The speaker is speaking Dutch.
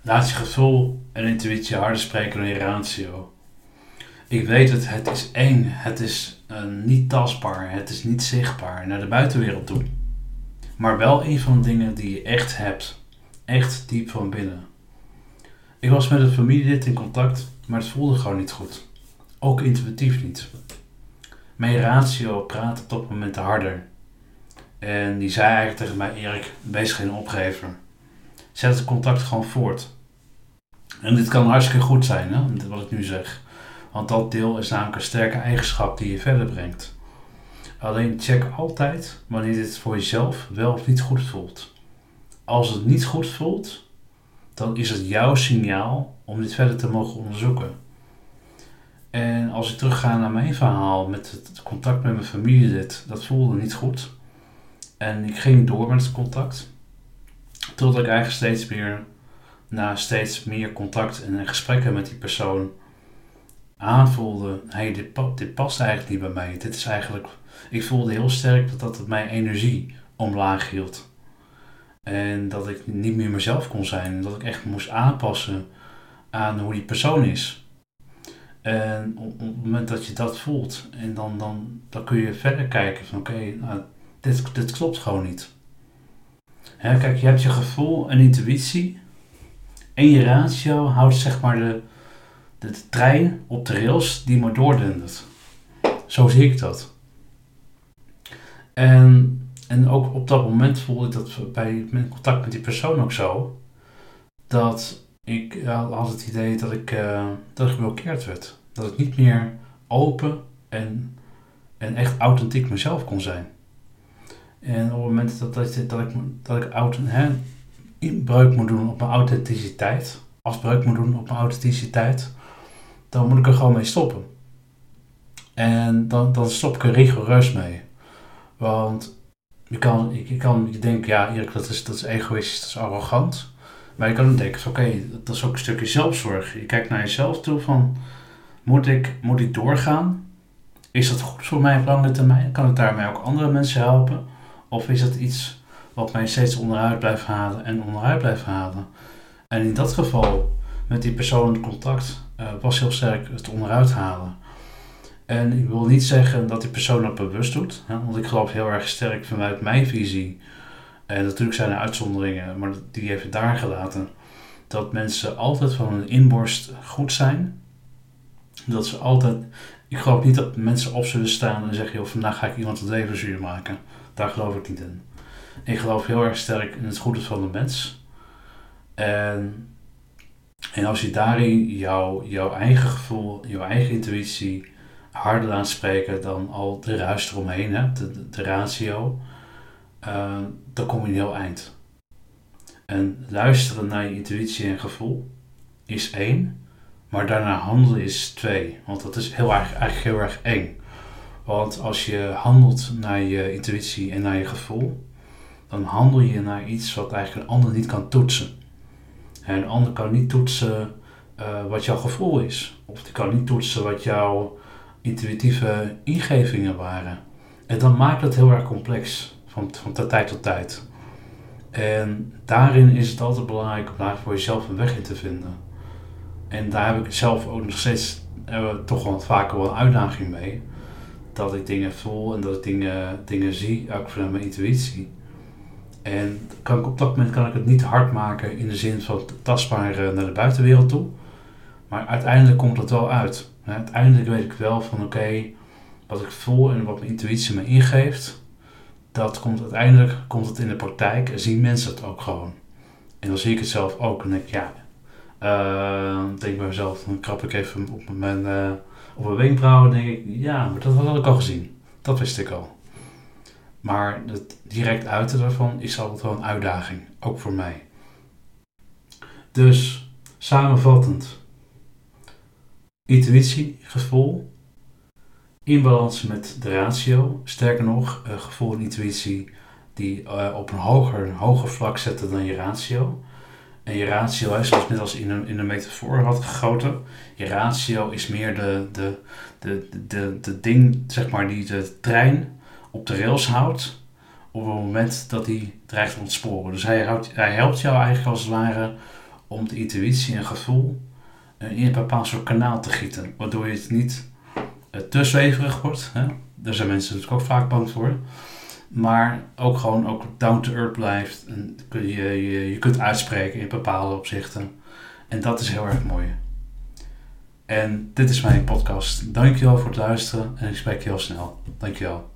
Laat je gevoel en intuïtie harder spreken dan je ratio. Ik weet het, het is eng, het is niet tastbaar, het is niet zichtbaar naar de buitenwereld toe. Maar wel een van de dingen die je echt hebt. Echt diep van binnen. Ik was met een familielid in contact, maar het voelde gewoon niet goed. Ook intuïtief niet. Mijn ratio praatte op dat moment harder. En die zei eigenlijk tegen mij: Erik, wees geen opgever. Zet het contact gewoon voort. En dit kan hartstikke goed zijn, hè, wat ik nu zeg. Want dat deel is namelijk een sterke eigenschap die je verder brengt. Alleen check altijd wanneer dit voor jezelf wel of niet goed voelt. Als het niet goed voelt, dan is het jouw signaal om dit verder te mogen onderzoeken. En als ik terugga naar mijn verhaal met het contact met mijn familielid, dat voelde niet goed. En ik ging door met het contact. Totdat ik eigenlijk na steeds meer contact en gesprekken met die persoon aanvoelde: hey, dit past eigenlijk niet bij mij. Dit is eigenlijk, ik voelde heel sterk dat het mijn energie omlaag hield. En dat ik niet meer mezelf kon zijn. En dat ik echt moest aanpassen aan hoe die persoon is. En op het moment dat je dat voelt, en dan kun je verder kijken van oké, nou, dit klopt gewoon niet. Hè, kijk, je hebt je gevoel en intuïtie. En je ratio houdt zeg maar de trein op de rails die maar doordendert. Zo zie ik dat. En ook op dat moment voelde ik dat bij mijn contact met die persoon ook zo. Dat ik had het idee dat ik geblokkeerd werd. Dat ik niet meer open en echt authentiek mezelf kon zijn. En op het moment dat ik inbreuk moet doen op mijn authenticiteit, afbreuk moet doen op mijn authenticiteit, dan moet ik er gewoon mee stoppen. En dan stop ik er rigoureus mee. Want je denkt, ja Erik, dat is egoïstisch, dat is arrogant. Maar je kan ook denken van oké, dat is ook een stukje zelfzorg. Je kijkt naar jezelf toe van, moet ik doorgaan? Is dat goed voor mij op lange termijn? Kan ik daarmee ook andere mensen helpen? Of is het iets wat mij steeds onderuit blijft halen? En in dat geval, met die persoon in contact, was heel sterk het onderuit halen. En ik wil niet zeggen dat die persoon dat bewust doet, hè, want ik geloof heel erg sterk vanuit mijn visie. En natuurlijk zijn er uitzonderingen, maar die even daar gelaten. Dat mensen altijd van hun inborst goed zijn. Dat ze altijd. Ik geloof niet dat mensen op zullen staan en zeggen: joh, vandaag ga ik iemand het leven zuur maken. Daar geloof ik niet in. Ik geloof heel erg sterk in het goede van de mens. En als je daarin jouw eigen gevoel, jouw eigen intuïtie harder laat spreken dan al de ruis eromheen, hè, de ratio, dan kom je een heel eind. En luisteren naar je intuïtie en gevoel is 1, maar daarna handelen is 2. Want dat is eigenlijk heel erg eng. Want als je handelt naar je intuïtie en naar je gevoel, dan handel je naar iets wat eigenlijk een ander niet kan toetsen. En een ander kan niet toetsen wat jouw gevoel is. Of die kan niet toetsen wat jouw intuïtieve ingevingen waren. En dan maakt het heel erg complex van tijd tot tijd. En daarin is het altijd belangrijk om daar voor jezelf een weg in te vinden. En daar heb ik zelf ook nog steeds toch wel vaker wel een uitdaging mee. Dat ik dingen voel en dat ik dingen zie, ook vanuit mijn intuïtie. En op dat moment kan ik het niet hard maken in de zin van tastbaar naar de buitenwereld toe. Maar uiteindelijk komt het wel uit. Uiteindelijk weet ik wel van oké, wat ik voel en wat mijn intuïtie me ingeeft, uiteindelijk komt het in de praktijk en zien mensen het ook gewoon. En dan zie ik het zelf ook en denk ik denk bij mezelf, dan krap ik even op mijn wenkbrauwen en denk ik, ja, maar dat had ik al gezien. Dat wist ik al. Maar het direct uiten daarvan is altijd wel een uitdaging, ook voor mij. Dus, samenvattend. Intuïtie, gevoel, in balans met de ratio. Sterker nog, gevoel en intuïtie die op een hoger vlak zetten dan je ratio. En je ratio is, zoals net als in een metafoor had gegoten, je ratio is meer de ding, zeg maar, die de trein op de rails houdt op het moment dat hij dreigt te ontsporen. Dus hij helpt jou eigenlijk als het ware om de intuïtie en gevoel in een bepaald soort kanaal te gieten. Waardoor je het niet te zweverig wordt. Hè? Daar zijn mensen natuurlijk ook vaak bang voor. Maar ook gewoon ook down to earth blijft. En je kunt uitspreken in bepaalde opzichten. En dat is heel erg mooi. En dit is mijn podcast. Dankjewel voor het luisteren en ik spreek je heel snel. Dankjewel.